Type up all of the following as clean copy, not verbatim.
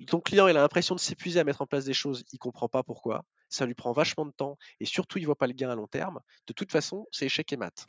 ton client il a l'impression de s'épuiser à mettre en place des choses, il comprend pas pourquoi, ça lui prend vachement de temps et surtout il voit pas le gain à long terme, de toute façon, c'est échec et mat.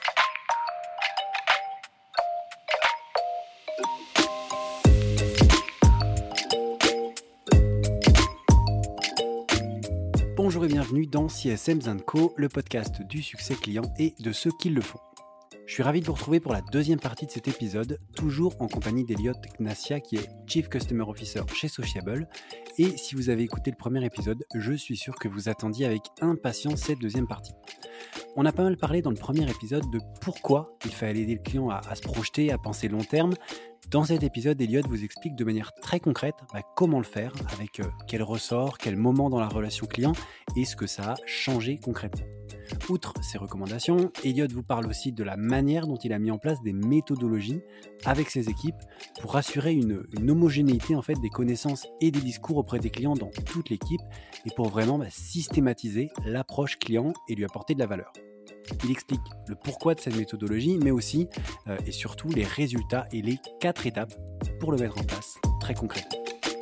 Bonjour et bienvenue dans CSM Co, le podcast du succès client et de ceux qui le font. Je suis ravi de vous retrouver pour la deuxième partie de cet épisode, toujours en compagnie d'Eliott Gnassia qui est Chief Customer Officer chez Sociable. Et si vous avez écouté le premier épisode, je suis sûr que vous attendiez avec impatience cette deuxième partie. On a pas mal parlé dans le premier épisode de pourquoi il fallait aider le client à se projeter, à penser long terme. Dans cet épisode, Eliott vous explique de manière très concrète comment le faire, avec quel ressort, quel moment dans la relation client et ce que ça a changé concrètement. Outre ces recommandations, Eliott vous parle aussi de la manière dont il a mis en place des méthodologies avec ses équipes pour assurer une homogénéité en fait, des connaissances et des discours auprès des clients dans toute l'équipe et pour vraiment systématiser l'approche client et lui apporter de la valeur. Il explique le pourquoi de cette méthodologie, mais aussi et surtout les résultats et les 4 étapes pour le mettre en place très concrètement.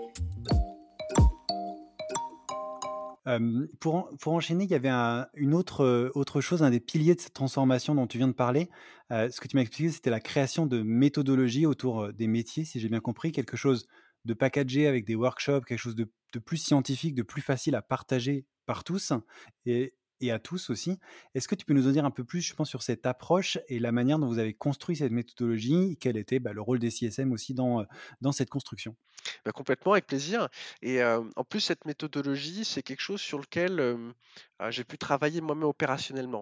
Pour enchaîner, il y avait une autre chose, un des piliers de cette transformation dont tu viens de parler. Ce que tu m'as expliqué, c'était la création de méthodologies autour des métiers, si j'ai bien compris, quelque chose de packagé avec des workshops, quelque chose de plus scientifique, de plus facile à partager par tous et à tous aussi. Est-ce que tu peux nous en dire un peu plus, je pense, sur cette approche et la manière dont vous avez construit cette méthodologie? Quel était le rôle des CSM aussi dans cette construction? Bah, complètement, avec plaisir et en plus cette méthodologie, c'est quelque chose sur lequel, j'ai pu travailler moi-même opérationnellement.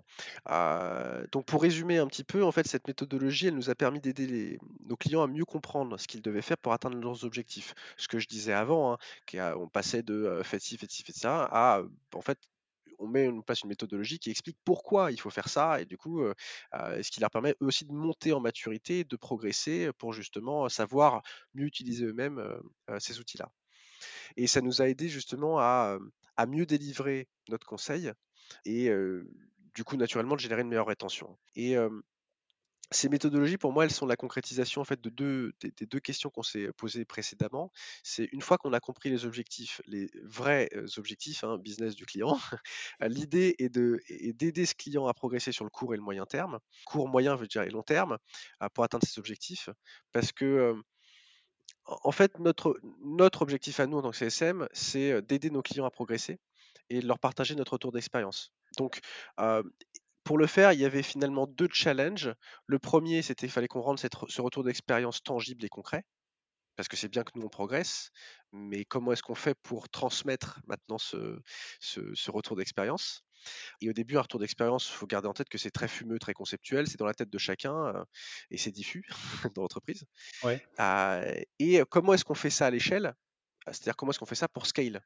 Donc pour résumer un petit peu, en fait, cette méthodologie, elle nous a permis d'aider nos clients à mieux comprendre ce qu'ils devaient faire pour atteindre leurs objectifs. Ce que je disais avant, hein, on passait de, faites ci, faites ci, faites ça à, en fait, on met en place une méthodologie qui explique pourquoi il faut faire ça et du coup, ce qui leur permet eux aussi de monter en maturité, de progresser, pour justement savoir mieux utiliser eux-mêmes, ces outils-là. Et ça nous a aidé justement à mieux délivrer notre conseil et du coup naturellement de générer une meilleure rétention. Et ces méthodologies pour moi, elles sont la concrétisation en fait de des 2 questions qu'on s'est posées précédemment. C'est une fois qu'on a compris les objectifs, les vrais, objectifs, hein, business du client, l'idée est d'aider ce client à progresser sur le court et le moyen terme. Court, moyen veut dire et long terme, pour atteindre ses objectifs. Parce que, en fait, notre objectif à nous en tant que CSM, c'est, d'aider nos clients à progresser et de leur partager notre retour d'expérience. Donc, heu, pour le faire, il y avait finalement 2 challenges. Le premier, c'était qu'il fallait qu'on rende ce retour d'expérience tangible et concret. Parce que c'est bien que nous on progresse, mais comment est-ce qu'on fait pour transmettre maintenant ce retour d'expérience? Et au début, un retour d'expérience, il faut garder en tête que c'est très fumeux, très conceptuel, c'est dans la tête de chacun, et c'est diffus dans l'entreprise. Ouais. Et comment est-ce qu'on fait ça à l'échelle? C'est-à-dire comment est-ce qu'on fait ça pour scale?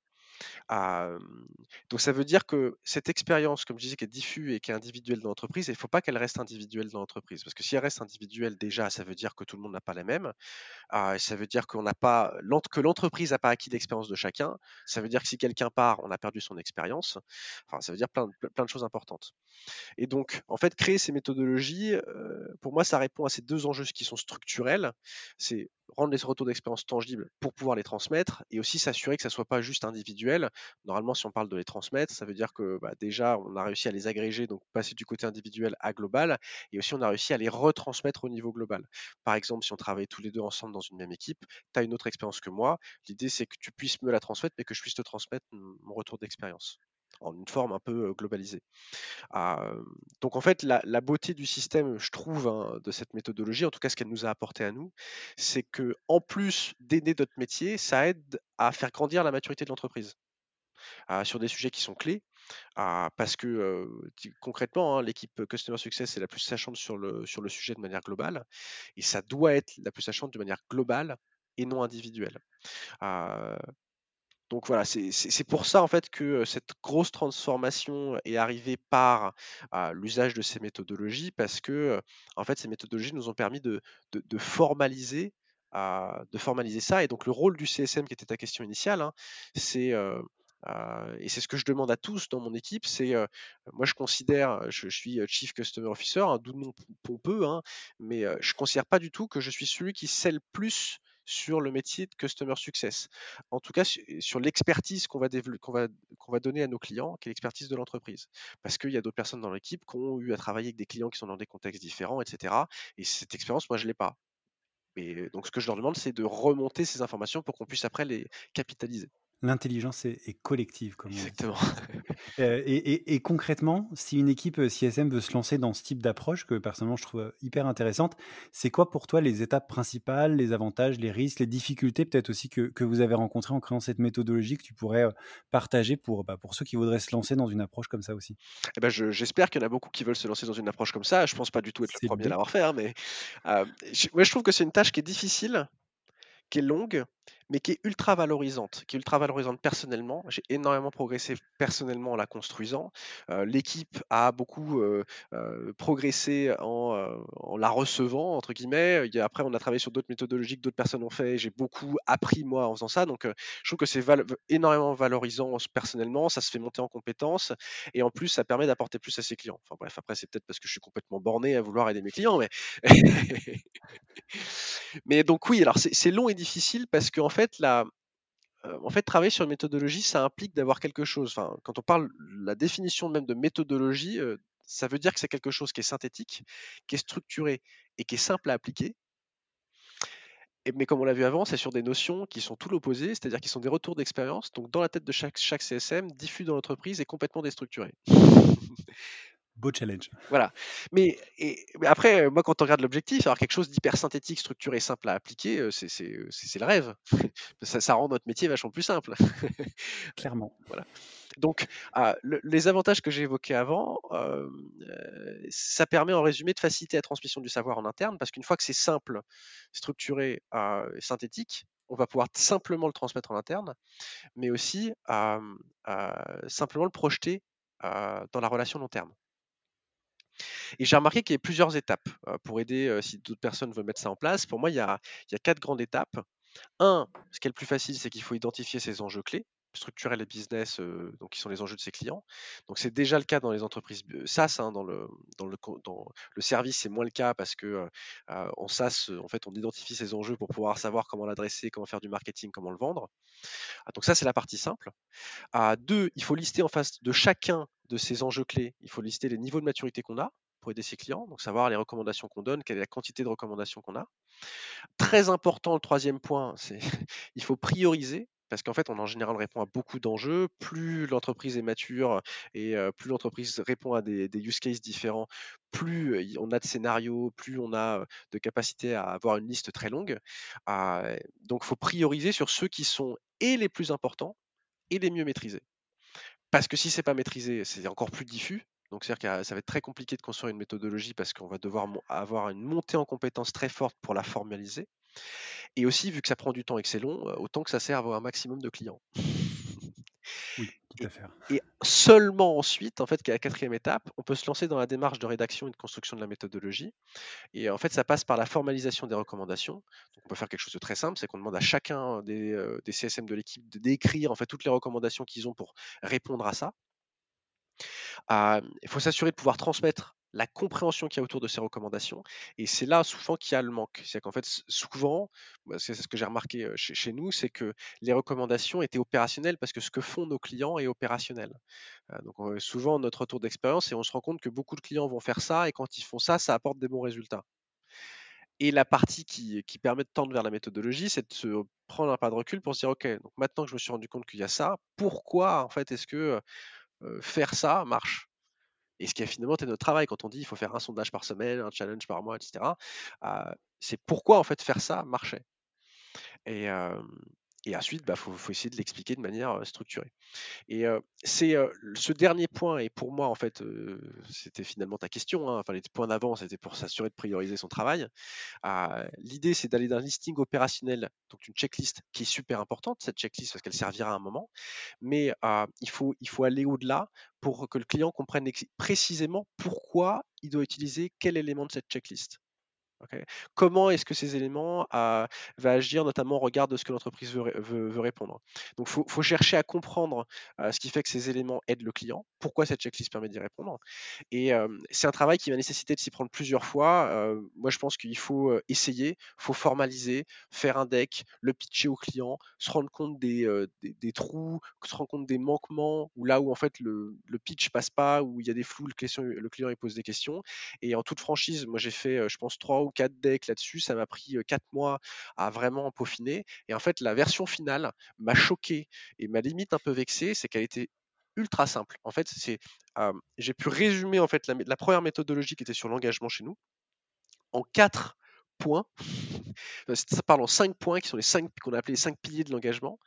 Hem, donc ça veut dire que cette expérience, comme je disais, qui est diffuse et qui est individuelle dans l'entreprise, il ne faut pas qu'elle reste individuelle dans l'entreprise. Parce que si elle reste individuelle, déjà, ça veut dire que tout le monde n'a pas la même. Ça veut dire qu'on n'a pas que l'entreprise n'a pas acquis l'expérience de chacun. Ça veut dire que si quelqu'un part, on a perdu son expérience. Enfin, ça veut dire plein de choses importantes. Et donc, en fait, créer ces méthodologies, pour moi, ça répond à ces 2 enjeux qui sont structurels. C'est rendre les retours d'expérience tangibles pour pouvoir les transmettre et aussi s'assurer que ça soit pas juste individuel. Normalement, si on parle de les transmettre, ça veut dire que, déjà, on a réussi à les agréger, donc passer du côté individuel à global et aussi on a réussi à les retransmettre au niveau global. Par exemple, si on travaille tous les 2 ensemble dans une même équipe, tu as une autre expérience que moi. L'idée, c'est que tu puisses me la transmettre, mais que je puisse te transmettre mon retour d'expérience en une forme un peu, globalisée. Hem, donc en fait, la beauté du système, je trouve, hein, de cette méthodologie, en tout cas ce qu'elle nous a apporté à nous, c'est que en plus d'aider notre métier, ça aide à faire grandir la maturité de l'entreprise, sur des sujets qui sont clés. Parce que, concrètement, hein, l'équipe Customer Success est la plus sachante sur le sujet de manière globale et ça doit être la plus sachante de manière globale et non individuelle. Heu donc voilà, c'est pour ça en fait que, cette grosse transformation est arrivée par, l'usage de ces méthodologies parce que, en fait, ces méthodologies nous ont permis de formaliser ça et donc le rôle du CSM qui était ta question initiale, hein, c'est, et c'est ce que je demande à tous dans mon équipe, c'est, moi je considère, je suis, Chief Customer Officer, d'où le nom pompeux, hein, mais, je considère pas du tout que je suis celui qui sait le plus sur le métier de Customer Success. En tout cas, sur l'expertise qu'on va donner à nos clients, qui est l'expertise de l'entreprise. Parce qu'il y a d'autres personnes dans l'équipe qui ont eu à travailler avec des clients qui sont dans des contextes différents, etc. Et cette expérience, moi, je ne l'ai pas. Et donc, ce que je leur demande, c'est de remonter ces informations pour qu'on puisse après les capitaliser. L'intelligence est collective, comme on dit. Exactement. Et concrètement, si une équipe CSM veut se lancer dans ce type d'approche, que personnellement je trouve hyper intéressante, c'est quoi pour toi les étapes principales, les avantages, les risques, les difficultés peut-être aussi que vous avez rencontrées en créant cette méthodologie que tu pourrais partager pour ceux qui voudraient se lancer dans une approche comme ça aussi? Eh ben, j'espère qu'il y en a beaucoup qui veulent se lancer dans une approche comme ça. Je pense pas du tout être le C'est le premier à but. l'avoir fait, hein, mais ouais, je trouve que c'est une tâche qui est difficile, qui est longue, mais qui est ultra valorisante personnellement. J'ai énormément progressé personnellement en la construisant. L'équipe a beaucoup progressé en la recevant, entre guillemets. Après, on a travaillé sur d'autres méthodologies que d'autres personnes ont fait. J'ai beaucoup appris, moi, en faisant ça. Donc, je trouve que c'est énormément valorisant personnellement. Ça se fait monter en compétences. Et en plus, ça permet d'apporter plus à ses clients. Enfin bref, après, c'est peut-être parce que je suis complètement borné à vouloir aider mes clients, mais mais donc oui, alors c'est long et difficile parce qu'en fait, en fait, travailler sur une méthodologie, ça implique d'avoir quelque chose. Enfin, quand on parle la définition même de méthodologie, ça veut dire que c'est quelque chose qui est synthétique, qui est structuré et qui est simple à appliquer. Mais comme on l'a vu avant, c'est sur des notions qui sont tout l'opposé, c'est-à-dire qui sont des retours d'expérience. Donc, dans la tête de chaque CSM, diffus dans l'entreprise et complètement déstructuré. Beau challenge. Voilà. Mais après, moi, quand on regarde l'objectif, avoir quelque chose d'hyper synthétique, structuré, simple à appliquer, c'est le rêve. Ça rend notre métier vachement plus simple. Clairement. Voilà. Donc, les avantages que j'ai évoqués avant, ça permet en résumé de faciliter la transmission du savoir en interne, parce qu'une fois que c'est simple, structuré, synthétique, on va pouvoir simplement le transmettre en interne, mais aussi simplement le projeter dans la relation long terme. Et j'ai remarqué qu'il y a plusieurs étapes pour aider si d'autres personnes veulent mettre ça en place. Pour moi, il y a 4 grandes étapes. Un, ce qui est le plus facile, c'est qu'il faut identifier ses enjeux clés, structurer les business, donc qui sont les enjeux de ses clients. Donc c'est déjà le cas dans les entreprises SaaS, hein, dans le service, c'est moins le cas parce que en SaaS, en fait, on identifie ses enjeux pour pouvoir savoir comment l'adresser, comment faire du marketing, comment le vendre. Donc ça, c'est la partie simple. Deux, il faut lister en face de chacun de ces enjeux clés, il faut lister les niveaux de maturité qu'on a pour aider ses clients, donc savoir les recommandations qu'on donne, quelle est la quantité de recommandations qu'on a. Très important, le troisième point, c'est il faut prioriser. Parce qu'en fait, on en général répond à beaucoup d'enjeux. Plus l'entreprise est mature et plus l'entreprise répond à des use cases différents, plus on a de scénarios, plus on a de capacité à avoir une liste très longue. Donc, il faut prioriser sur ceux qui sont et les plus importants et les mieux maîtrisés. Parce que si c'est pas maîtrisé, c'est encore plus diffus. Donc, c'est-à-dire que ça va être très compliqué de construire une méthodologie parce qu'on va devoir avoir une montée en compétences très forte pour la formaliser. Et aussi, vu que ça prend du temps et que c'est long, autant que ça serve à un maximum de clients. Oui, tout Et, à fait. et seulement ensuite, en fait, qui est la quatrième étape, on peut se lancer dans la démarche de rédaction et de construction de la méthodologie. Et en fait, ça passe par la formalisation des recommandations. Donc, on peut faire quelque chose de très simple, c'est qu'on demande à chacun des CSM de l'équipe de d'écrire en fait toutes les recommandations qu'ils ont pour répondre à ça. Il faut s'assurer de pouvoir transmettre la compréhension qu'il y a autour de ces recommandations. Et c'est là souvent qu'il y a le manque. C'est qu'en fait, souvent, c'est ce que j'ai remarqué chez nous, c'est que les recommandations étaient opérationnelles parce que ce que font nos clients est opérationnel. Donc souvent, notre retour d'expérience, et on se rend compte que beaucoup de clients vont faire ça, et quand ils font ça, ça apporte des bons résultats. Et la partie qui permet de tendre vers la méthodologie, c'est de se prendre un pas de recul pour se dire, OK, donc maintenant que je me suis rendu compte qu'il y a ça, pourquoi en fait est-ce que faire ça marche? Et ce qui a finalement été notre travail quand on dit il faut faire un sondage par semaine, un challenge par mois, etc. C'est pourquoi en fait faire ça marchait. Et, euh, et ensuite, faut essayer de l'expliquer de manière structurée. Et c'est ce dernier point, et pour moi en fait, c'était finalement ta question, hein, enfin les points d'avant, c'était pour s'assurer de prioriser son travail. L'idée, c'est d'aller d'un listing opérationnel, donc une checklist qui est super importante, cette checklist, parce qu'elle servira à un moment, mais il faut aller au-delà pour que le client comprenne précisément pourquoi il doit utiliser quel élément de cette checklist. Ok. Comment est-ce que ces éléments va agir notamment au regard de ce que l'entreprise veut répondre. Donc, faut chercher à comprendre ce qui fait que ces éléments aident le client, pourquoi cette checklist permet d'y répondre. Et c'est un travail qui va nécessiter de s'y prendre plusieurs fois. Moi, je pense qu'il faut essayer, faut formaliser, faire un deck, le pitcher au client, se rendre compte des trous, se rendre compte des manquements, ou là où en fait le pitch passe pas, où il y a des flous, le client il pose des questions. Et en toute franchise, moi j'ai fait, je pense, 3 ou 4 decks là-dessus. Ça m'a pris 4 mois à vraiment peaufiner. Et en fait, la version finale m'a choqué et m'a limite un peu vexé, c'est qu'elle était ultra simple. En fait, j'ai pu résumer en fait la première méthodologie qui était sur l'engagement chez nous en 4 points, pardon, 5 points qui sont les 5 qu'on a appelés les 5 piliers de l'engagement.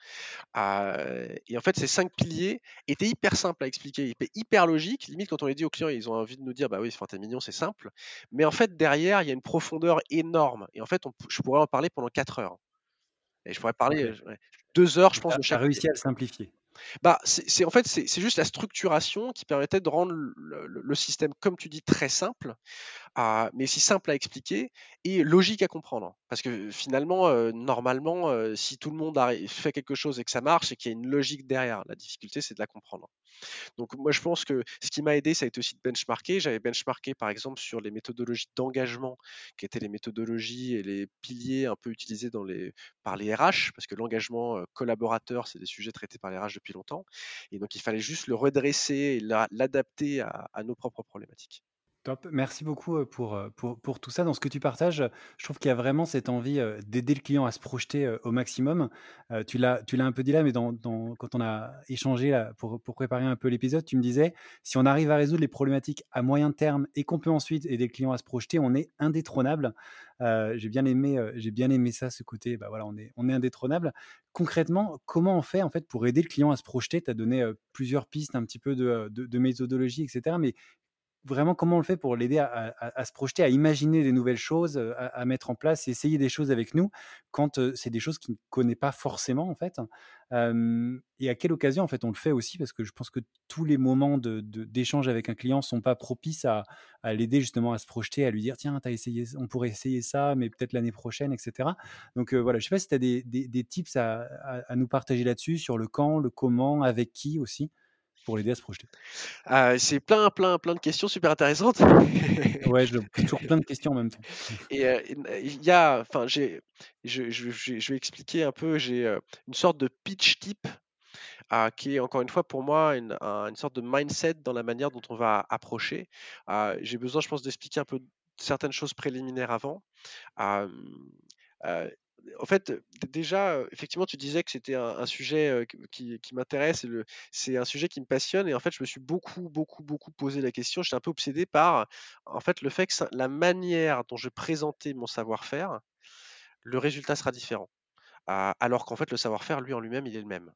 Et en fait, ces 5 piliers étaient hyper simples à expliquer, hyper logiques. Limite, quand on les dit aux clients, ils ont envie de nous dire, bah oui, enfin, t'es mignon, c'est simple. Mais en fait, derrière, il y a une profondeur énorme. Et en fait, je pourrais en parler pendant 4 heures. Et je pourrais parler OK. ouais, 2 heures, je Tu pense, de as chaque pilier. réussi à le simplifier. Bah, en fait, c'est juste la structuration qui permettait de rendre le système, comme tu dis, très simple, mais si simple à expliquer et logique à comprendre. Parce que finalement, normalement, si tout le monde fait quelque chose et que ça marche, c'est qu'il y a une logique derrière. La difficulté, c'est de la comprendre. Donc moi, je pense que ce qui m'a aidé, ça a été aussi de benchmarker. J'avais benchmarké, par exemple, sur les méthodologies d'engagement, qui étaient les méthodologies et les piliers un peu utilisés par les RH, parce que l'engagement collaborateur, c'est des sujets traités par les RH depuis longtemps. Et donc, il fallait juste le redresser et l'adapter à nos propres problématiques. Top. Merci beaucoup, pour tout ça. Dans ce que tu partages, je trouve qu'il y a vraiment cette envie, d'aider le client à se projeter, au maximum. Tu l'as un peu dit là, mais quand on a échangé là pour préparer un peu l'épisode, tu me disais: «Si on arrive à résoudre les problématiques à moyen terme et qu'on peut ensuite aider le client à se projeter, on est indétrônable». J'ai bien aimé ça, ce côté, bah, voilà, on est indétrônable. Concrètement, comment on fait, en fait, pour aider le client à se projeter? Tu as donné, plusieurs pistes, un petit peu de méthodologie et cetera, mais vraiment, comment on le fait pour l'aider à se projeter, à imaginer des nouvelles choses, à mettre en place, essayer des choses avec nous quand, c'est des choses qu'il ne connaît pas forcément, en fait? Et à quelle occasion, en fait, on le fait aussi? Parce que je pense que tous les moments d'échange avec un client sont pas propices à l'aider justement à se projeter, à lui dire: «Tiens, t'as essayé on pourrait essayer ça, mais peut-être l'année prochaine» et cetera. Donc, voilà, je sais pas si tu as des tips à nous partager là-dessus, sur le quand, le comment, avec qui aussi, pour l'aider à se projeter? C'est plein, plein, plein de questions super intéressantes. Ouais, je pose toujours plein de questions en même temps. Il y a, enfin, je vais expliquer un peu. J'ai une sorte de pitch type qui est encore une fois pour moi une sorte de mindset dans la manière dont on va approcher. J'ai besoin, je pense, d'expliquer un peu certaines choses préliminaires avant. Euh, euh, En fait, déjà, effectivement, tu disais que c'était un sujet qui m'intéresse, c'est un sujet qui me passionne. Et en fait, je me suis beaucoup, beaucoup, beaucoup posé la question. J'étais un peu obsédé par, en fait, le fait que la manière dont je présentais mon savoir-faire, le résultat sera différent. Alors qu'en fait, le savoir-faire, lui en lui-même, il est le même.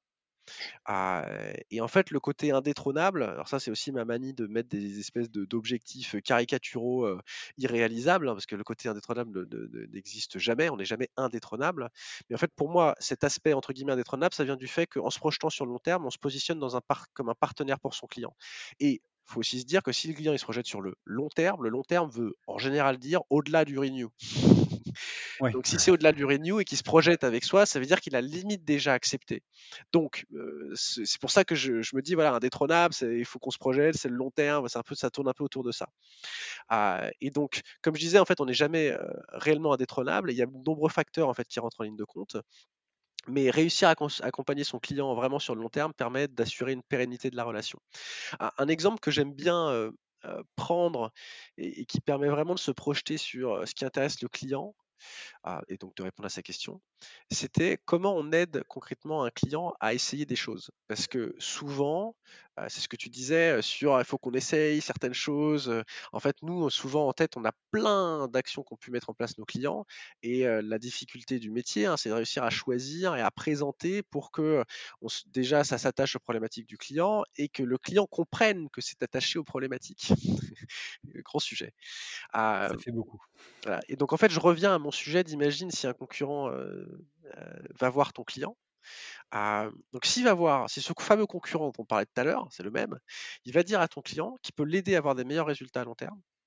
Et en fait, le côté indétrônable, alors ça, c'est aussi ma manie de mettre des espèces d'objectifs caricaturaux, irréalisables, hein, parce que le côté indétrônable n'existe jamais, on n'est jamais indétrônable. Mais en fait, pour moi, cet aspect entre guillemets indétrônable, ça vient du fait qu'en se projetant sur le long terme, on se positionne comme un partenaire pour son client. Et il faut aussi se dire que si le client il se projette sur le long terme veut en général dire au-delà du renew. Ouais, Donc si c'est au-delà du renew et qu'il se projette avec soi, ça veut dire qu'il a limite déjà accepté. Donc c'est pour ça que je me dis voilà, indétrônable, il faut qu'on se projette, c'est le long terme, ça tourne un peu autour de ça. Et donc comme je disais, en fait, on n'est jamais réellement indétrônable. Il y a de nombreux facteurs en fait qui rentrent en ligne de compte. Mais réussir à accompagner son client vraiment sur le long terme permet d'assurer une pérennité de la relation. Un exemple que j'aime bien prendre et qui permet vraiment de se projeter sur ce qui intéresse le client, et donc de répondre à sa question, c'était comment on aide concrètement un client à essayer des choses. Parce que souvent, c'est ce que tu disais sur il faut qu'on essaye certaines choses. En fait, nous, souvent en tête, on a plein d'actions qu'ont pu mettre en place nos clients. Et la difficulté du métier, hein, c'est de réussir à choisir et à présenter pour que déjà ça s'attache aux problématiques du client et que le client comprenne que c'est attaché aux problématiques. Grand sujet. ça fait beaucoup. Voilà. Et donc en fait, je reviens à mon sujet d'imagine si un concurrent va voir ton client. Donc s'il va voir, si ce fameux concurrent dont on parlait tout à l'heure, c'est le même, il va dire à ton client qu'il peut l'aider à avoir des meilleurs résultats à long terme,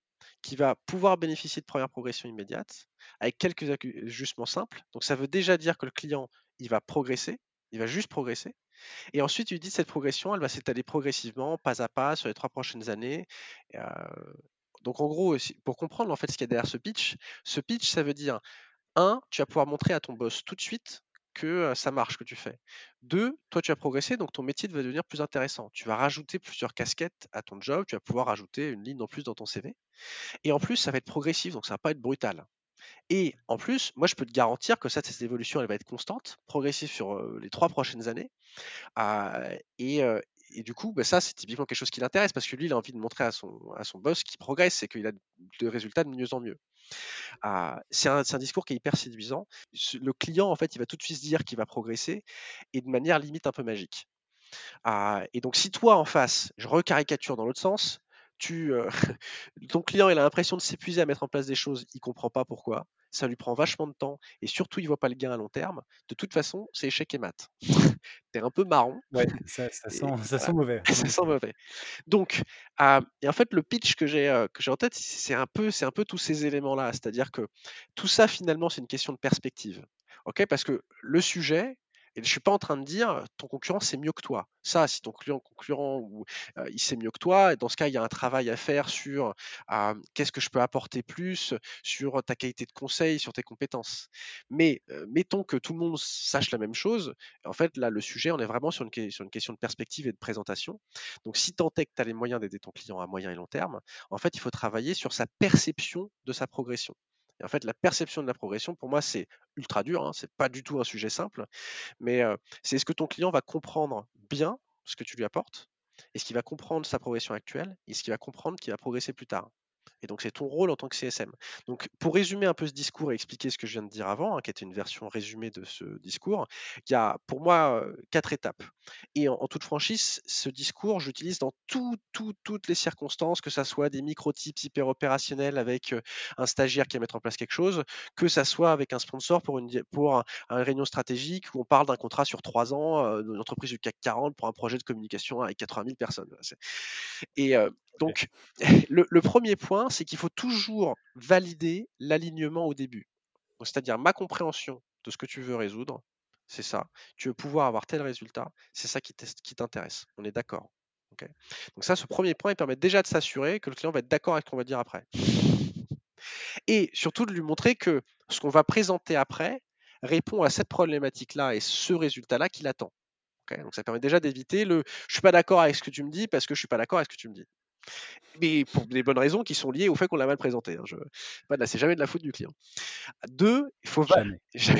qui va pouvoir bénéficier de premières progressions immédiates avec quelques ajustements simples. Donc ça veut déjà dire que le client, il va progresser, il va juste progresser. Et ensuite, tu lui dis cette progression, elle va s'étaler progressivement, pas à pas, sur les 3 prochaines années. Et, donc en gros, pour comprendre en fait ce qu'il y a derrière ce pitch, ça veut dire un, tu vas pouvoir montrer à ton boss tout de suite que ça marche ce que tu fais. Deux, toi tu as progressé, donc ton métier va devenir plus intéressant. Tu vas rajouter plusieurs casquettes à ton job, tu vas pouvoir rajouter une ligne en plus dans ton CV. Et en plus, ça va être progressif, donc ça va pas être brutal. Et en plus, moi je peux te garantir que cette évolution, elle va être constante, progressive sur les 3 prochaines années. Et du coup, bah, ça, c'est typiquement quelque chose qui l'intéresse parce que lui, il a envie de montrer à son boss qu'il progresse et qu'il a de résultats de mieux en mieux. C'est un discours qui est hyper séduisant. Le client, en fait, il va tout de suite se dire qu'il va progresser et de manière limite un peu magique. Et donc, si toi, en face, je recaricature dans l'autre sens, ton client, il a l'impression de s'épuiser à mettre en place des choses, il comprend pas pourquoi. Ça lui prend vachement de temps et surtout, il voit pas le gain à long terme. De toute façon, c'est échec et mat. T'es un peu marron Ouais, ça et sent ça voilà, sent mauvais, en ça sent effet. mauvais. Donc, et en fait, le pitch que j'ai en tête, c'est un peu tous ces éléments-là. C'est-à-dire que tout ça, finalement, c'est une question de perspective. Ok? Parce que le sujet, et je suis pas en train de dire ton concurrent c'est mieux que toi. Ça, si ton concurrent ou il sait mieux que toi, et dans ce cas, il y a un travail à faire sur qu'est-ce que je peux apporter plus, sur ta qualité de conseil, sur tes compétences. Mais mettons que tout le monde sache la même chose. En fait, là, le sujet, on est vraiment sur une question de perspective et de présentation. Donc, si tant est que tu as les moyens d'aider ton client à moyen et long terme, en fait, il faut travailler sur sa perception de sa progression. Et en fait, la perception de la progression, pour moi, c'est ultra dur. Hein, c'est pas du tout un sujet simple, mais c'est est-ce que ton client va comprendre bien ce que tu lui apportes, est-ce qu'il va comprendre sa progression actuelle, est-ce qu'il va comprendre qu'il va progresser plus tard. Et donc, c'est ton rôle en tant que CSM. Donc, pour résumer un peu ce discours et expliquer ce que je viens de dire avant, hein, qui était une version résumée de ce discours, il y a pour moi 4 étapes. Et en toute franchise, ce discours, j'utilise dans toutes les circonstances, que ça soit des micro-tips hyper opérationnels avec un stagiaire qui va mettre en place quelque chose, que ça soit avec un sponsor pour une réunion stratégique où on parle d'un contrat sur 3 ans d'une entreprise du CAC 40 pour un projet de communication avec 80 000 personnes. Et OK. donc, le premier point, c'est qu'il faut toujours valider l'alignement au début. Donc, c'est-à-dire ma compréhension de ce que tu veux résoudre, c'est ça. Tu veux pouvoir avoir tel résultat, c'est ça qui t'intéresse. On est d'accord. Ok. Donc ça, ce premier point, il permet déjà de s'assurer que le client va être d'accord avec ce qu'on va dire après. Et surtout de lui montrer que ce qu'on va présenter après répond à cette problématique-là et ce résultat-là qu'il attend. Ok. Donc ça permet déjà d'éviter je suis pas d'accord avec ce que tu me dis parce que je suis pas d'accord avec ce que tu me dis. Mais pour des bonnes raisons qui sont liées au fait qu'on l'a mal présenté. Hein. C'est jamais de la faute du client. Deux, il faut Jamais.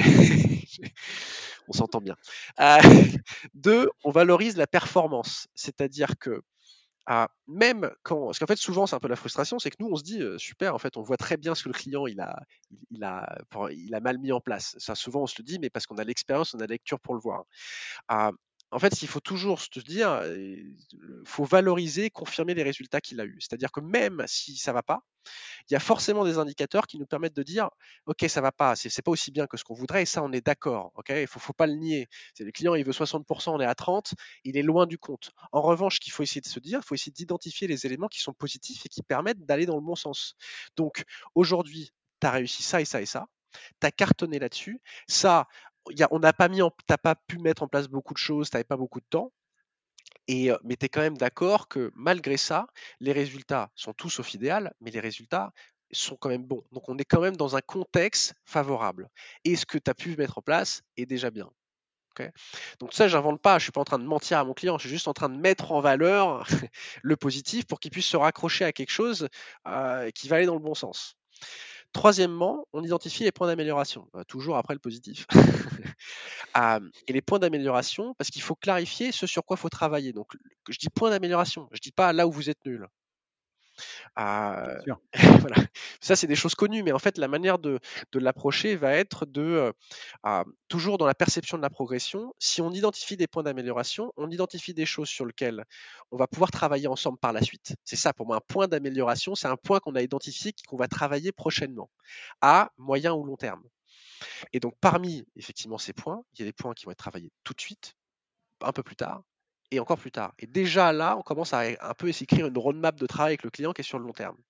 on s'entend bien. Euh, Deux, on valorise la performance, c'est-à-dire que même quand, parce qu'en fait souvent c'est un peu la frustration, c'est que nous on se dit super, en fait on voit très bien ce que le client il a mal mis en place. Ça souvent on se le dit, mais parce qu'on a l'expérience, on a la lecture pour le voir. Ah, en fait, il faut toujours se dire, il faut valoriser, confirmer les résultats qu'il a eu. C'est-à-dire que même si ça va pas, il y a forcément des indicateurs qui nous permettent de dire, ok, ça va pas, c'est pas aussi bien que ce qu'on voudrait, et ça, on est d'accord. Ok, faut pas le nier. C'est le client, il veut 60%, on est à 30, il est loin du compte. En revanche, ce qu'il faut essayer de se dire, il faut essayer d'identifier les éléments qui sont positifs et qui permettent d'aller dans le bon sens. Donc, aujourd'hui, tu as réussi ça et ça et ça. Tu as cartonné là-dessus. Ça, on n'a pas t'as pas pu mettre en place beaucoup de choses, tu n'avais pas beaucoup de temps. Mais tu es quand même d'accord que malgré ça, les résultats sont tous sauf idéal, mais les résultats sont quand même bons. Donc on est quand même dans un contexte favorable. Et ce que tu as pu mettre en place est déjà bien. Ok. Donc ça, j'invente pas, je suis pas en train de mentir à mon client, je suis juste en train de mettre en valeur le positif pour qu'il puisse se raccrocher à quelque chose qui va aller dans le bon sens. Troisièmement, on identifie les points d'amélioration, toujours après le positif. Et les points d'amélioration, parce qu'il faut clarifier ce sur quoi il faut travailler. Donc, je dis point d'amélioration, je dis pas là où vous êtes nul. Bien Euh, sûr. voilà. Ça, c'est des choses connues, mais en fait, la manière de l'approcher va être toujours dans la perception de la progression. Si on identifie des points d'amélioration, on identifie des choses sur lesquelles on va pouvoir travailler ensemble par la suite. C'est ça, pour moi, un point d'amélioration, c'est un point qu'on a identifié qu'on va travailler prochainement, à moyen ou long terme. Et donc, parmi effectivement ces points, il y a des points qui vont être travaillés tout de suite, un peu plus tard, et encore plus tard. Et déjà là, on commence à un peu s'écrire une roadmap de travail avec le client qui est sur le long terme.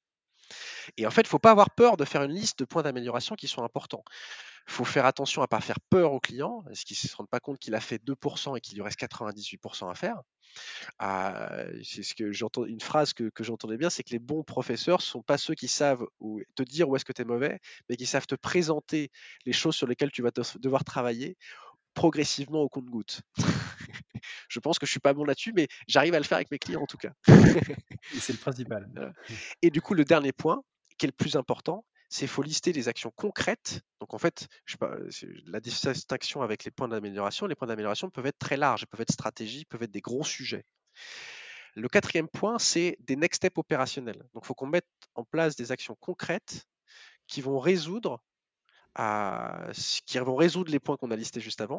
Et en fait, il ne faut pas avoir peur de faire une liste de points d'amélioration qui sont importants. Il faut faire attention à ne pas faire peur au client, parce qu'il ne se rende pas compte qu'il a fait 2% et qu'il lui reste 98% à faire. C'est ce que j'entends, une phrase que j'entendais bien, c'est que les bons professeurs ne sont pas ceux qui savent te dire où est-ce que tu es mauvais, mais qui savent te présenter les choses sur lesquelles tu vas devoir travailler progressivement au compte-gouttes. Je pense que je suis pas bon là-dessus, mais j'arrive à le faire avec mes clients en tout cas. Et c'est le principal. Voilà. Et du coup, le dernier point, qui est le plus important, c'est qu'il faut lister les actions concrètes. Donc en fait, je sais pas, la distinction avec les points d'amélioration peuvent être très larges, peuvent être stratégiques, peuvent être des gros sujets. Le quatrième point, c'est des next steps opérationnels. Donc il faut qu'on mette en place des actions concrètes qui vont résoudre, les points qu'on a listés juste avant.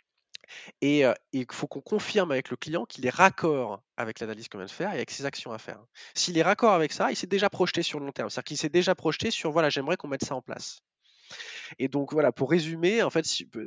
Et il faut qu'on confirme avec le client qu'il est raccord avec l'analyse qu'on vient de faire et avec ses actions à faire. S'il est raccord avec ça, il s'est déjà projeté sur le long terme. C'est-à-dire qu'il s'est déjà projeté sur, voilà, j'aimerais qu'on mette ça en place. Et donc voilà, pour résumer, en fait,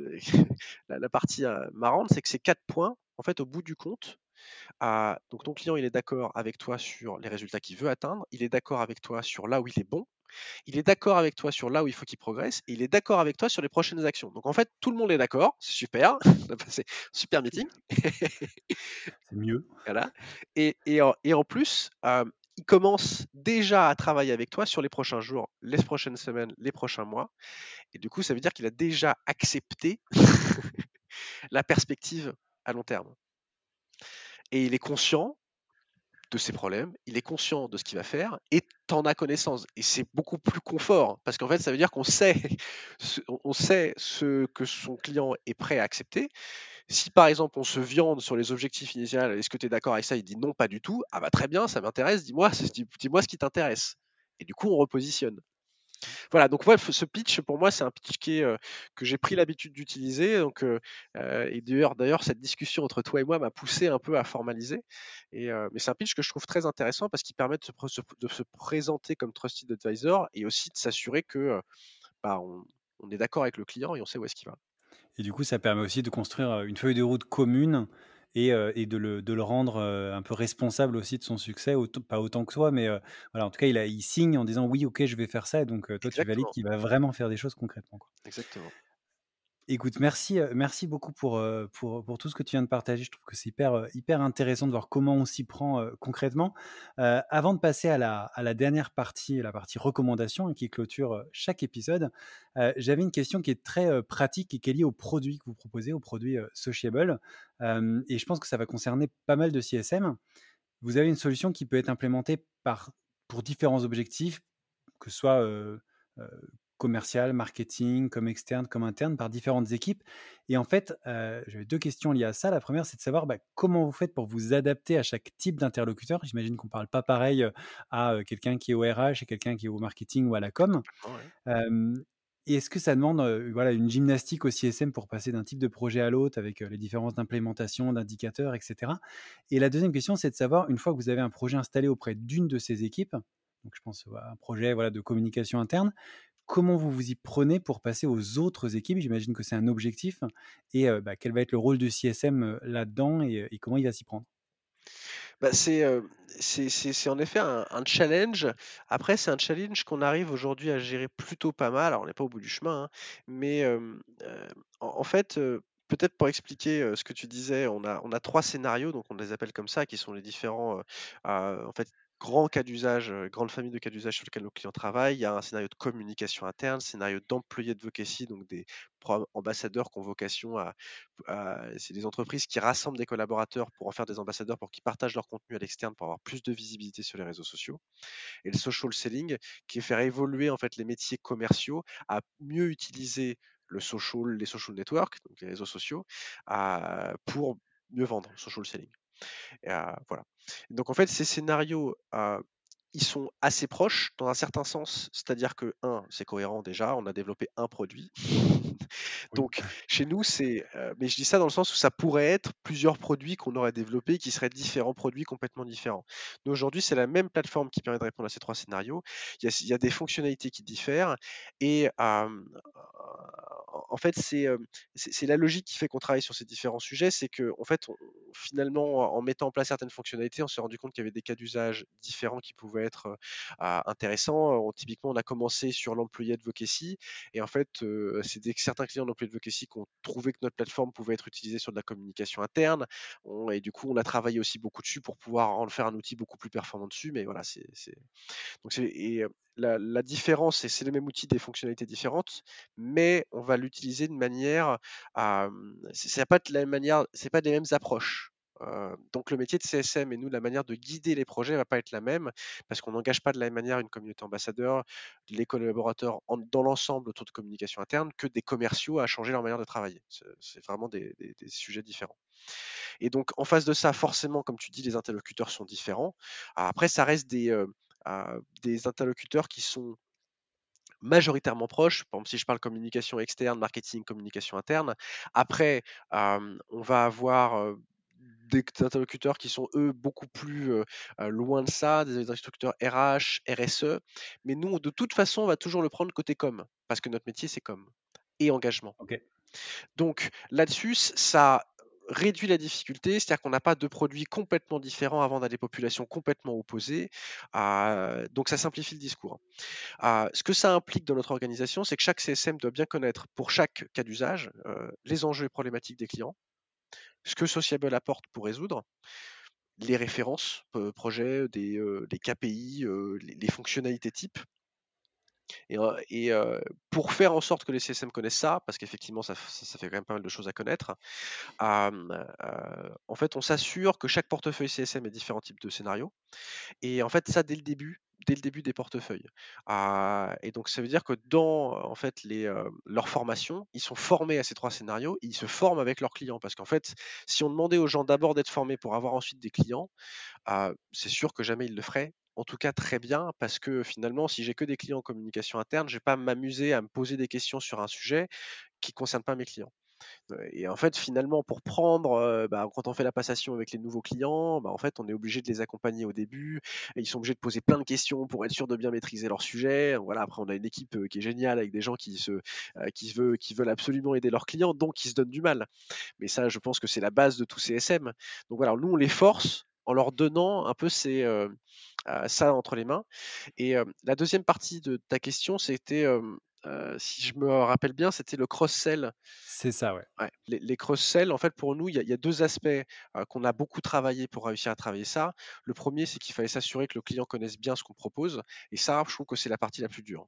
la partie marrante, c'est que ces 4 points, en fait, au bout du compte, donc ton client, il est d'accord avec toi sur les résultats qu'il veut atteindre, il est d'accord avec toi sur là où il est bon, il est d'accord avec toi sur là où il faut qu'il progresse, et il est d'accord avec toi sur les prochaines actions. Donc en fait, tout le monde est d'accord, c'est super, on a passé un super meeting. C'est mieux. Voilà. Et en plus, il commence déjà à travailler avec toi sur les prochains jours, les prochaines semaines, les prochains mois. Et du coup, ça veut dire qu'il a déjà accepté la perspective à long terme. Et il est conscient de ses problèmes, il est conscient de ce qu'il va faire et t'en as connaissance. Et c'est beaucoup plus confort parce qu'en fait, ça veut dire qu'on sait, on sait ce que son client est prêt à accepter. Si par exemple on se viande sur les objectifs initiaux, est-ce que tu es d'accord avec ça? Il dit non, pas du tout. Ah bah très bien, ça m'intéresse, dis-moi ce qui t'intéresse. Et du coup, on repositionne. Voilà, donc ouais, ce pitch, pour moi, c'est un pitch que j'ai pris l'habitude d'utiliser. Et d'ailleurs, cette discussion entre toi et moi m'a poussé un peu à formaliser. Mais c'est un pitch que je trouve très intéressant parce qu'il permet de se présenter comme trusted advisor et aussi de s'assurer que bah, on est d'accord avec le client et on sait où est-ce qu'il va. Et du coup, ça permet aussi de construire une feuille de route commune et de le rendre un peu responsable aussi de son succès, pas autant que toi, mais voilà, en tout cas, il signe en disant oui, ok, je vais faire ça. Et donc, toi, tu valides Exactement, qu'il va vraiment faire des choses concrètement, quoi. exactement. Écoute, merci beaucoup pour tout ce que tu viens de partager. Je trouve que c'est hyper intéressant de voir comment on s'y prend, concrètement. Avant de passer à la dernière partie, la partie recommandation et qui clôture, chaque épisode, j'avais une question qui est très, pratique et qui est liée aux produits que vous proposez, aux produits, Sociable. Et je pense que ça va concerner pas mal de CSM. Vous avez une solution qui peut être implémentée pour différents objectifs, que ce soit heu, commercial, marketing, comme externe, comme interne, par différentes équipes. Et en fait, j'avais 2 questions liées à ça. La première, c'est de savoir, bah, comment vous faites pour vous adapter à chaque type d'interlocuteur? J'imagine qu'on ne parle pas pareil, à, quelqu'un qui est au RH et quelqu'un qui est au marketing ou à la com. Ah ouais. Hem Et est-ce que ça demande, voilà, une gymnastique au CSM pour passer d'un type de projet à l'autre avec, les différences d'implémentation, d'indicateurs et cetera? Et la deuxième question, c'est de savoir, une fois que vous avez un projet installé auprès d'une de ces équipes, donc je pense à un projet, voilà, de communication interne, comment vous vous y prenez pour passer aux autres équipes? J'imagine que c'est un objectif et bah, quel va être le rôle du CSM, là-dedans et comment il va s'y prendre? Bah, c'est en effet un challenge. Après, c'est un challenge qu'on arrive aujourd'hui à gérer plutôt pas mal. Alors, on n'est pas au bout du chemin, hein, mais en fait, peut-être pour expliquer ce que tu disais, on a 3 scénarios, donc on les appelle comme ça, qui sont les différents en fait, grands cas d'usage, grandes familles de cas d'usage sur lesquels nos clients travaillent. Il y a un scénario de communication interne, scénario d'employés de vocacy, donc des ambassadeurs qui ont vocation c'est des entreprises qui rassemblent des collaborateurs pour en faire des ambassadeurs, pour qu'ils partagent leur contenu à l'externe, pour avoir plus de visibilité sur les réseaux sociaux. Et le social selling, qui est faire évoluer en fait les métiers commerciaux à mieux utiliser les social networks, donc les réseaux sociaux, pour mieux vendre, social selling. Voilà. Donc en fait, ces scénarios, ils sont assez proches dans un certain sens, c'est-à-dire que, c'est cohérent déjà, on a développé un produit. Oui. Donc chez nous, mais je dis ça dans le sens où ça pourrait être plusieurs produits qu'on aurait développés qui seraient différents produits complètement différents. Nous aujourd'hui, c'est la même plateforme qui permet de répondre à ces 3 scénarios. Il y a des fonctionnalités qui diffèrent et en fait, c'est la logique qui fait qu'on travaille sur ces différents sujets, c'est qu'en fait, finalement, en mettant en place certaines fonctionnalités, on s'est rendu compte qu'il y avait des cas d'usage différents qui pouvaient être intéressants. Typiquement, on a commencé sur l'employé advocacy, et en fait, certains clients d'employé advocacy qui ont trouvé que notre plateforme pouvait être utilisée sur de la communication interne. Et du coup, on a travaillé aussi beaucoup dessus pour pouvoir en faire un outil beaucoup plus performant dessus. Mais voilà, la différence, c'est le même outil, des fonctionnalités différentes, mais on va l'utiliser de manière c'est pas de la même manière, c'est pas des mêmes approches. Donc le métier de CSM et nous, la manière de guider les projets va pas être la même, parce qu'on n'engage pas de la même manière une communauté ambassadeur, les collaborateurs dans l'ensemble autour de communication interne, que des commerciaux à changer leur manière de travailler. C'est vraiment des sujets différents. Et donc, en face de ça, forcément, comme tu dis, les interlocuteurs sont différents. Après, ça reste des interlocuteurs qui sont majoritairement proches. Par exemple, si je parle communication externe, marketing, communication interne. Après, on va avoir des interlocuteurs qui sont, eux, beaucoup plus loin de ça, des interlocuteurs RH, RSE. Mais nous, de toute façon, on va toujours le prendre côté com, parce que notre métier, c'est com et engagement. Ok. Donc là-dessus, ça réduit la difficulté, c'est-à-dire qu'on n'a pas de produits complètement différents avant des populations complètement opposées. Donc ça simplifie le discours. Ce que ça implique dans notre organisation, c'est que chaque CSM doit bien connaître pour chaque cas d'usage les enjeux et problématiques des clients, ce que Sociable apporte pour résoudre, les références projets, les KPI, les fonctionnalités types. Pour faire en sorte que les CSM connaissent ça, parce qu'effectivement ça fait quand même pas mal de choses à connaître, en fait on s'assure que chaque portefeuille CSM ait différents types de scénarios, et en fait ça dès le début des portefeuilles. Et donc ça veut dire que dans en fait leur formation, ils sont formés à ces 3 scénarios, ils se forment avec leurs clients, parce qu'en fait, si on demandait aux gens d'abord d'être formés pour avoir ensuite des clients, c'est sûr que jamais ils le feraient. En tout cas, très bien, parce que finalement, si j'ai que des clients en communication interne, je vais pas m'amuser à me poser des questions sur un sujet qui concerne pas mes clients. Et en fait, finalement, pour prendre, quand on fait la passation avec les nouveaux clients, en fait, on est obligé de les accompagner au début. Et ils sont obligés de poser plein de questions pour être sûr de bien maîtriser leur sujet. Voilà, après, on a une équipe qui est géniale, avec des gens qui veulent absolument aider leurs clients, donc qui se donnent du mal. Mais ça, je pense que c'est la base de tout CSM. Donc voilà, nous, on les force en leur donnant un peu ça entre les mains. Et la deuxième partie de ta question, c'était, si je me rappelle bien, c'était le cross-sell. C'est ça, ouais. Ouais, les cross-sell, en fait, pour nous, il y a 2 aspects qu'on a beaucoup travaillé pour réussir à travailler ça. Le premier, c'est qu'il fallait s'assurer que le client connaisse bien ce qu'on propose, et ça, je trouve que c'est la partie la plus dure.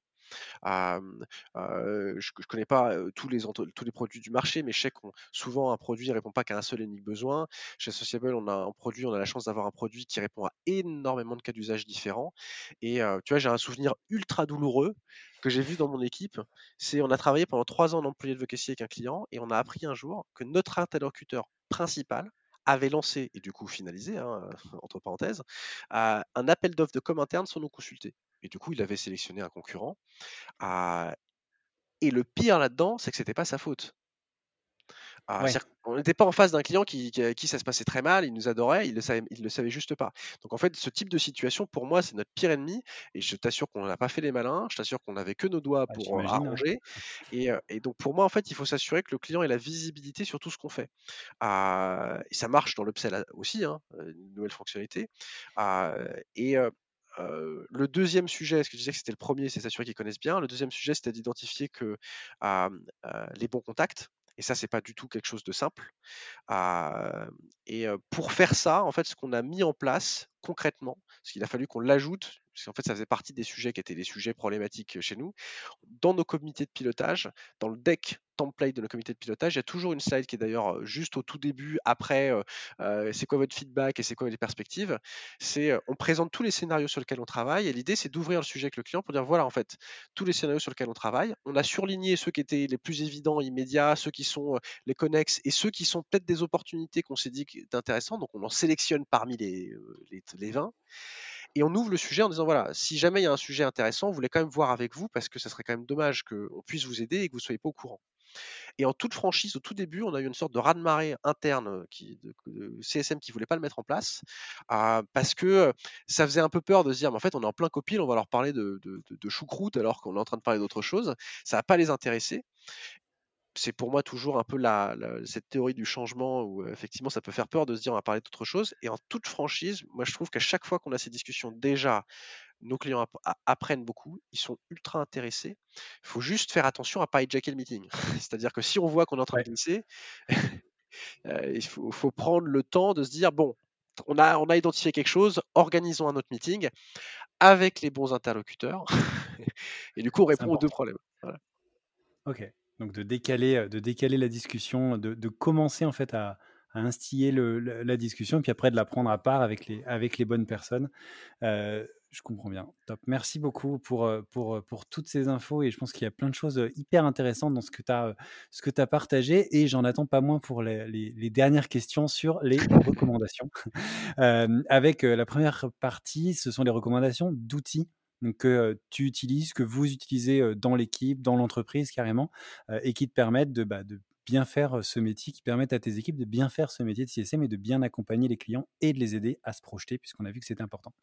Je connais pas tous les produits du marché, mais je sais qu'on souvent un produit ne répond pas qu'à un seul et unique besoin. Chez Sociable, on a la chance d'avoir un produit qui répond à énormément de cas d'usage différents. Et tu vois, j'ai un souvenir ultra douloureux que j'ai vu dans mon équipe. On a travaillé pendant 3 ans en employé advocacy avec un client, et on a appris un jour que notre interlocuteur principal avait lancé, et du coup finalisé, hein, entre parenthèses, un appel d'offres de com interne sans nous consulter. Et du coup, il avait sélectionné un concurrent. Ah, et le pire là-dedans, c'est que c'était pas sa faute. Ouais. C'est-à-dire qu'on n'était pas en face d'un client avec qui ça se passait très mal, il nous adorait, il le savait juste pas. Donc en fait, ce type de situation, pour moi, c'est notre pire ennemi, et je t'assure qu'on n'a pas fait les malins, je t'assure qu'on n'avait que nos doigts Bah, pour j'imagine, ouais. arranger. Et donc pour moi, en fait, il faut s'assurer que le client ait la visibilité sur tout ce qu'on fait. Et ça marche dans l'upsell aussi, hein, une nouvelle fonctionnalité. Le deuxième sujet, est-ce que tu disais que c'était le premier, c'est s'assurer qu'ils connaissent bien. Le deuxième sujet, c'était d'identifier les bons contacts. Et ça, c'est pas du tout quelque chose de simple. Pour faire ça, en fait, ce qu'on a mis en place concrètement, parce qu'il a fallu qu'on l'ajoute, parce qu'en fait, ça faisait partie des sujets qui étaient des sujets problématiques chez nous, dans nos comités de pilotage, dans le deck template de nos comités de pilotage, il y a toujours une slide qui est d'ailleurs juste au tout début, après c'est quoi votre feedback et c'est quoi les perspectives. On présente tous les scénarios sur lesquels on travaille, et l'idée c'est d'ouvrir le sujet avec le client pour dire voilà, en fait, tous les scénarios sur lesquels on travaille, on a surligné ceux qui étaient les plus évidents, immédiats, ceux qui sont les connexes, et ceux qui sont peut-être des opportunités qu'on s'est dit qui étaient intéressants, donc on en sélectionne parmi les 20, et on ouvre le sujet en disant voilà, si jamais il y a un sujet intéressant, on voulait quand même voir avec vous, parce que ça serait quand même dommage qu'on puisse vous aider et que vous ne soyez pas au courant. Et en toute franchise, au tout début, on a eu une sorte de raz-de-marée interne de CSM qui ne voulait pas le mettre en place, parce que ça faisait un peu peur de se dire mais en fait on est en plein copil, on va leur parler de choucroute alors qu'on est en train de parler d'autre chose, ça va pas les intéresser. c'est pour moi toujours un peu cette théorie du changement où effectivement ça peut faire peur de se dire on va parler d'autre chose. Et en toute franchise, moi je trouve qu'à chaque fois qu'on a ces discussions, déjà, nos clients apprennent beaucoup, ils sont ultra intéressés. Il faut juste faire attention à ne pas hijacker le meeting. C'est-à-dire que si on voit qu'on est en train de Ouais, glisser, il faut prendre le temps de se dire, bon, on a identifié quelque chose, organisons un autre meeting avec les bons interlocuteurs. Et du coup, on c'est répond aux deux important. problèmes. Voilà. OK. Donc de décaler la discussion, de commencer en fait à instiller la discussion, puis après de la prendre à part avec les bonnes personnes. Je comprends bien. Top. Merci beaucoup pour toutes ces infos et je pense qu'il y a plein de choses hyper intéressantes dans ce que tu as partagé et j'en attends pas moins pour les dernières questions sur les recommandations. Avec la première partie, ce sont les recommandations d'outils donc, que tu utilises, que vous utilisez dans l'équipe, dans l'entreprise carrément, et qui te permettent de bien faire ce métier, qui permettent à tes équipes de bien faire ce métier de CSM et de bien accompagner les clients et de les aider à se projeter, puisqu'on a vu que c'était important.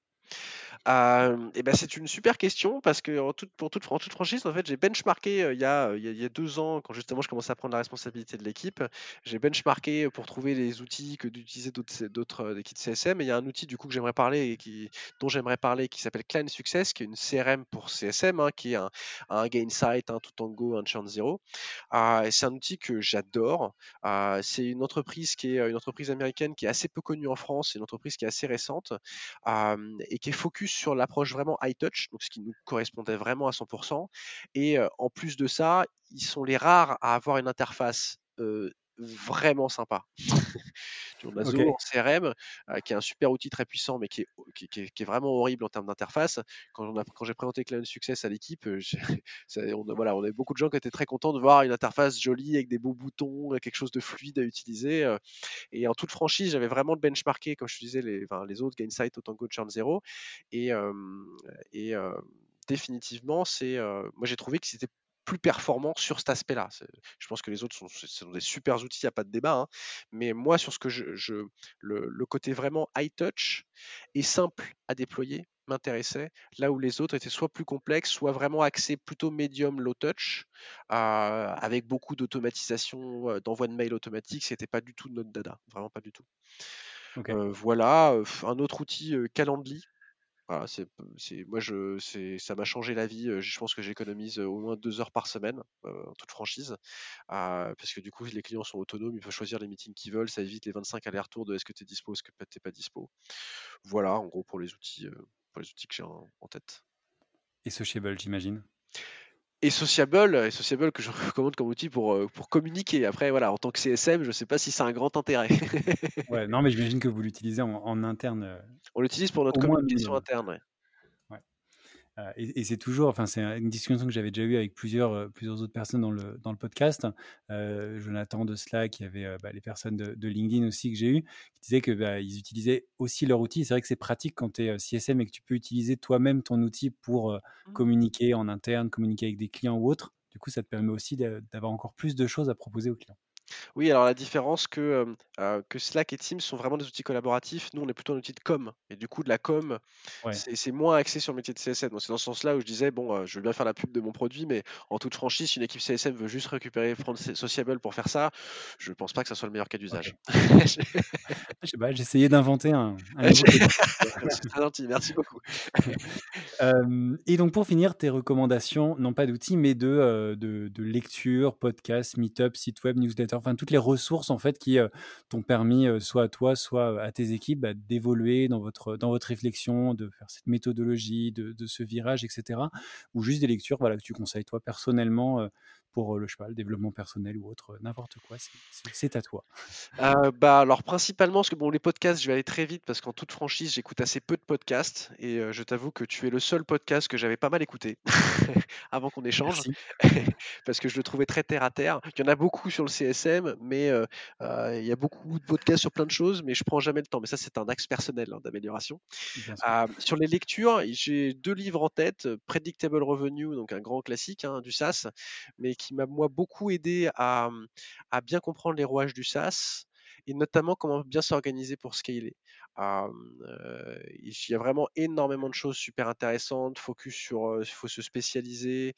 Et ben, c'est une super question parce que en toute franchise, en fait, j'ai benchmarké il y a 2 ans, quand justement je commençais à prendre la responsabilité de l'équipe. J'ai benchmarké pour trouver les outils que d'utiliser d'autres équipes CSM. Et il y a un outil du coup que j'aimerais parler dont j'aimerais parler qui s'appelle Client Success, qui est une CRM pour CSM, hein, qui est un Gainsight, un Totango, un Churn Zero. Et c'est un outil que j'adore. C'est une entreprise qui est une entreprise américaine qui est assez peu connue en France, c'est une entreprise qui est assez récente et qui est focus sur l'approche vraiment high touch, donc ce qui nous correspondait vraiment à 100%. Et en plus de ça, ils sont les rares à avoir une interface vraiment sympa. On a Ok, Zoho en CRM, qui est un super outil très puissant, mais qui est vraiment horrible en termes d'interface. Quand j'ai présenté Client Success à l'équipe, voilà, on avait beaucoup de gens qui étaient très contents de voir une interface jolie avec des beaux boutons, quelque chose de fluide à utiliser. Et en toute franchise, j'avais vraiment le benchmarké, comme je te disais, les autres, Gainsight, Totango, Churn Zero. Et, euh, et définitivement, moi j'ai trouvé que c'était plus performant sur cet aspect-là. Je pense que les autres sont des super outils, il n'y a pas de débat. Hein. Mais moi, sur ce que le côté vraiment high touch et simple à déployer m'intéressait, là où les autres étaient soit plus complexes, soit vraiment axés plutôt medium low touch, avec beaucoup d'automatisation, d'envoi de mail automatique. C'était pas du tout de notre dada, vraiment pas du tout. ok. Voilà, un autre outil, Calendly. Voilà, ça m'a changé la vie. Je pense que j'économise au moins 2 heures par semaine, en toute franchise. Parce que du coup, les clients sont autonomes, ils peuvent choisir les meetings qu'ils veulent, ça évite les 25 allers-retours de est-ce que tu es dispo, est-ce que tu n'es pas dispo. Voilà, en gros, pour les outils que j'ai en tête. Et Sociable, j'imagine. Et Sociable que je recommande comme outil pour communiquer. Après, voilà, en tant que CSM, je ne sais pas si c'est un grand intérêt. Ouais, non, mais j'imagine que vous l'utilisez en interne, On l'utilise pour notre au moins un communication minimum. interne. Ouais. Ouais. Et c'est toujours, enfin, c'est une discussion que j'avais déjà eue avec plusieurs autres personnes dans le podcast. Jonathan de Slack, il y avait les personnes de LinkedIn aussi que j'ai eues, qui disaient que ils utilisaient aussi leur outil. C'est vrai que c'est pratique quand tu es CSM et que tu peux utiliser toi-même ton outil pour Mhm. communiquer en interne, communiquer avec des clients ou autres. Du coup, ça te permet aussi d'avoir encore plus de choses à proposer aux clients. Oui, alors la différence que Slack et Teams sont vraiment des outils collaboratifs. Nous, on est plutôt un outil de com. Et du coup, de la com, Ouais, c'est moins axé sur le métier de CSM. Donc, c'est dans ce sens-là où je disais, bon, je veux bien faire la pub de mon produit, mais en toute franchise, si une équipe CSM veut juste prendre Sociable pour faire ça, je pense pas que ça soit le meilleur cas d'usage. ok. Je sais pas, j'essayais d'inventer un nouveau côté. C'est très gentil, merci beaucoup. Et donc pour finir, tes recommandations, non pas d'outils, mais de lecture, podcast, meet-up, site web, newsletter, enfin toutes les ressources en fait qui t'ont permis, soit à toi, soit à tes équipes, d'évoluer dans votre réflexion, de faire cette méthodologie, de ce virage, etc. Ou juste des lectures, voilà, que tu conseilles toi personnellement pour je sais pas, le développement personnel ou autre, n'importe quoi, c'est à toi. Bah, alors principalement, parce que bon, les podcasts, je vais aller très vite parce qu'en toute franchise, j'écoute assez peu de podcasts et je t'avoue que tu es le seul podcast que j'avais pas mal écouté avant qu'on échange Merci. parce que je le trouvais très terre à terre. Il y en a beaucoup sur le CSM, mais il y a beaucoup de podcasts sur plein de choses, mais je prends jamais le temps. Mais ça, c'est un axe personnel hein, d'amélioration. Bien sûr. Sur les lectures, j'ai 2 livres en tête, Predictable Revenue, donc un grand classique, hein, du SaaS, mais qui m'a moi beaucoup aidé à bien comprendre les rouages du SaaS et notamment comment bien s'organiser pour scaler. Il y a vraiment énormément de choses super intéressantes, focus sur, il faut se spécialiser,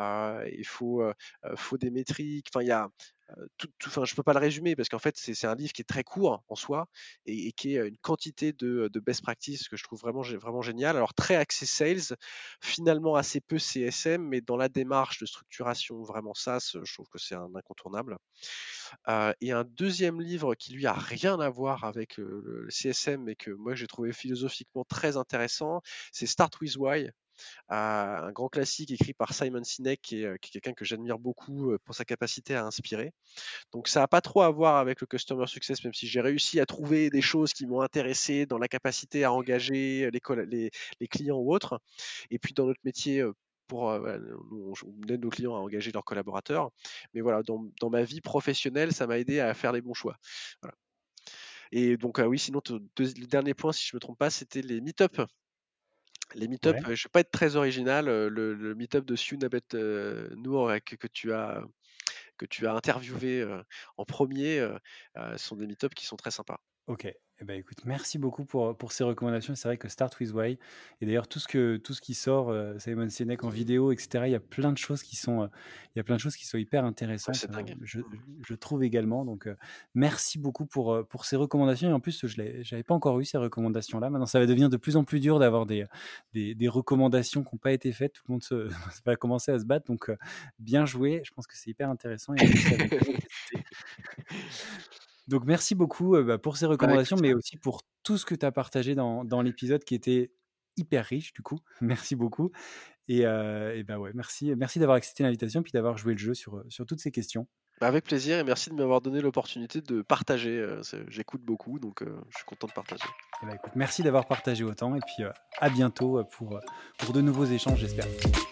faut des métriques, enfin il y a enfin, je peux pas le résumer parce qu'en fait c'est un livre qui est très court en soi et qui est une quantité de best practices que je trouve vraiment génial. Alors très axé sales, finalement assez peu CSM, mais dans la démarche de structuration vraiment SaaS, je trouve que c'est un incontournable. Et un deuxième livre qui lui a rien à voir avec le CSM, mais que moi j'ai trouvé philosophiquement très intéressant, c'est Start with Why, un grand classique écrit par Simon Sinek, qui est quelqu'un que j'admire beaucoup pour sa capacité à inspirer. Donc ça n'a pas trop à voir avec le customer success, même si j'ai réussi à trouver des choses qui m'ont intéressé dans la capacité à engager les clients ou autres. Et puis dans notre métier, voilà, on aide nos clients à engager leurs collaborateurs. Mais voilà, dans ma vie professionnelle, ça m'a aidé à faire les bons choix. Voilà. Et donc oui, sinon le dernier point, si je ne me trompe pas, c'était les meet-up. Les meet-up, Ouais. je ne vais pas être très original. Le meet-up de Sue Nabet Noor que tu as interviewé en premier, sont des meet-up qui sont très sympas. Ok. Eh ben, écoute, merci beaucoup pour ces recommandations. C'est vrai que Start with Why, et d'ailleurs tout ce qui sort, Simon Sinek en vidéo, etc. Il y a plein de choses qui sont, hyper Ouais, intéressantes. c'est dingue. Je trouve également. Donc, merci beaucoup pour ces recommandations. Et en plus, j'avais pas encore eu ces recommandations-là. Maintenant, ça va devenir de plus en plus dur d'avoir des recommandations qui n'ont pas été faites. Tout le monde va commencer à se battre. Donc, bien joué. Je pense que c'est hyper intéressant. Et en plus, c'est avec audacité. Donc, merci beaucoup pour ces Bah, écoute, recommandations, mais aussi pour tout ce que tu as partagé dans l'épisode qui était hyper riche, du coup. Merci beaucoup. Et bah ouais, merci d'avoir accepté l'invitation puis d'avoir joué le jeu sur toutes ces questions. bah, avec plaisir et merci de m'avoir donné l'opportunité de partager. J'écoute beaucoup, donc je suis content de partager. Et bah écoute, merci d'avoir partagé autant et puis à bientôt pour de nouveaux échanges, j'espère.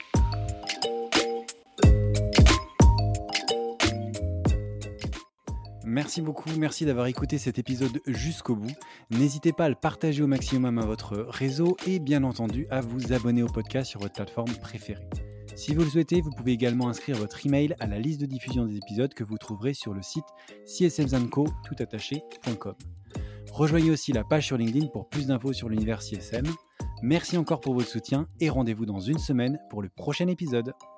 Merci beaucoup, merci d'avoir écouté cet épisode jusqu'au bout. N'hésitez pas à le partager au maximum à votre réseau et bien entendu à vous abonner au podcast sur votre plateforme préférée. Si vous le souhaitez, vous pouvez également inscrire votre email à la liste de diffusion des épisodes que vous trouverez sur le site csmzandco.com. Rejoignez aussi la page sur LinkedIn pour plus d'infos sur l'univers CSM. Merci encore pour votre soutien et rendez-vous dans une semaine pour le prochain épisode.